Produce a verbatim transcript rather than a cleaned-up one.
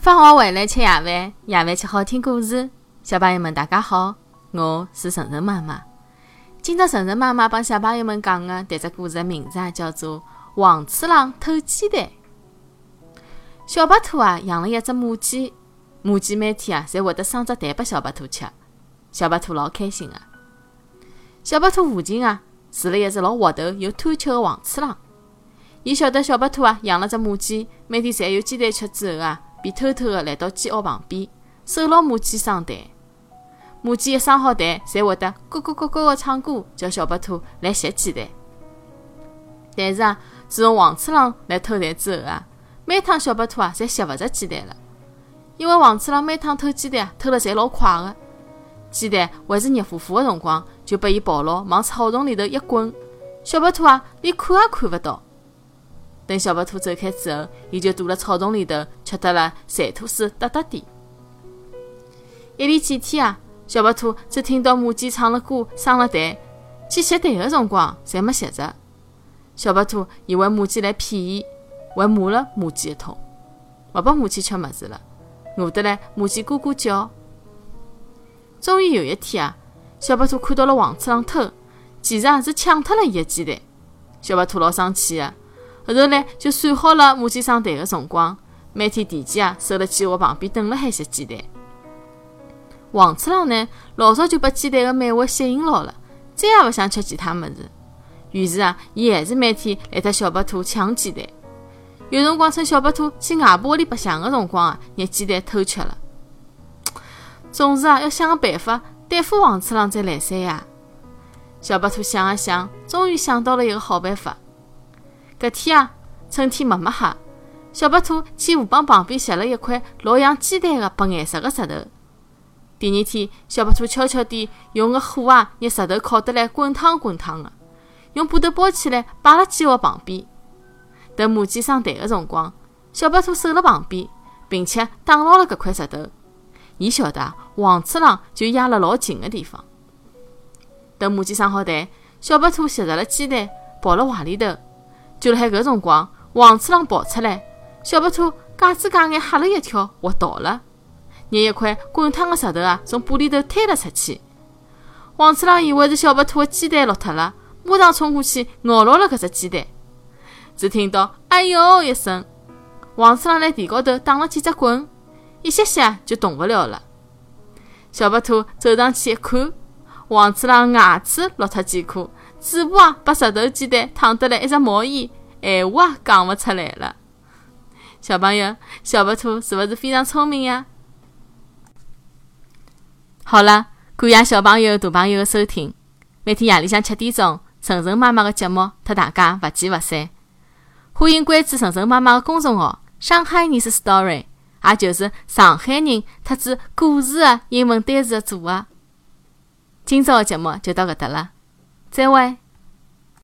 放学回来吃夜饭，夜饭吃好听故事。小朋友们大家好，我是晨晨妈妈。今朝晨晨妈妈帮小朋友们讲的迭只故事的名字啊，叫做《黄鼠狼偷鸡蛋》。小白兔啊养了一只母鸡，母鸡每天啊侪会得生只蛋拨小白兔吃，小白兔老开心啊。小白兔附近啊住了一只老滑头又贪吃的黄鼠狼。伊晓得小白兔啊养了只母鸡，每天侪有鸡蛋吃之后啊，便偷偷的来到鸡窝旁边，守牢母鸡生蛋。母鸡一生好蛋，侪会得咯咯咯咯的唱歌，叫小白兔来拾鸡蛋。但是啊，自从黄鼠狼来偷蛋之后啊，每趟小白兔啊侪拾勿着鸡蛋了，因为黄鼠狼每趟偷鸡蛋啊偷了侪老快的，鸡蛋还是热乎乎的辰光，就被伊抱牢往草丛里头一滚，小白兔啊连看也看勿到。等小白兔走开之后，伊就躲辣草丛里头吃得了馋吐水哒哒点。一连几天啊，小白兔只听到母鸡唱了歌，生了蛋，去拾蛋的辰光侪没拾着。小白兔以为母鸡来骗伊，还骂了母鸡一通，勿拨母鸡吃物事了，饿得来母鸡咕咕叫。终于有一天啊，小白兔看到了黄鼠狼偷，其实啊是抢脱了伊的鸡蛋。小白兔老生气的，后头来就算好了母鸡生蛋的辰光，每天提前啊守辣鸡窝旁边等辣海拾鸡蛋。黄鼠狼呢，老早就被鸡蛋的美味吸引牢了，再也勿想吃其他物事。于是啊，伊还是每天来搭小白兔抢鸡蛋。有辰光趁小白兔去外婆屋里白相的辰光啊，拿鸡蛋偷吃了。总是啊要想个办法对付黄鼠狼才来三呀。小白兔想啊想，终于想到了一个好办法。搿天啊，趁天没没黑，小白兔去河浜旁边拾了一块老像鸡蛋的白颜色的石头。第二天，小白兔悄悄地用个火啊，拿石头烤得来滚烫滚烫的，用把头包起来摆辣鸡窝旁边。等母鸡生蛋的辰光，小白兔守辣旁边，并且打牢了搿块石头。伊晓得黄鼠狼就压了老近的地方。等母鸡生好蛋，小白兔拾着了鸡蛋，抱辣怀里头。就辣海搿辰光，黄鼠狼跑出来，小白兔嘎吱嘎眼吓了一跳，滑倒了，拿一块滚烫的石头啊从玻璃头推了出去。黄鼠狼以为是小白兔的鸡蛋落脱了，马上冲过去咬牢了搿只鸡蛋。只听到哎哟一声，黄鼠狼在地高头打了几只滚，一歇歇就动勿了了。小白兔走上去一看，黄鼠狼牙齿落脱几颗，嘴巴啊把石头鸡蛋烫得来一只冒烟，闲话啊讲勿出来了。小朋友，小白兔是勿是非常聪明呀？好了，感谢小朋友大朋友的收听。每天夜里向七点钟，晨晨妈妈的节目和大家勿见勿散。欢迎关注晨晨妈妈的公众号上海人是 story， 也就是上海人特指故事的英文单词的组合。今朝的节目就到搿搭了，再会。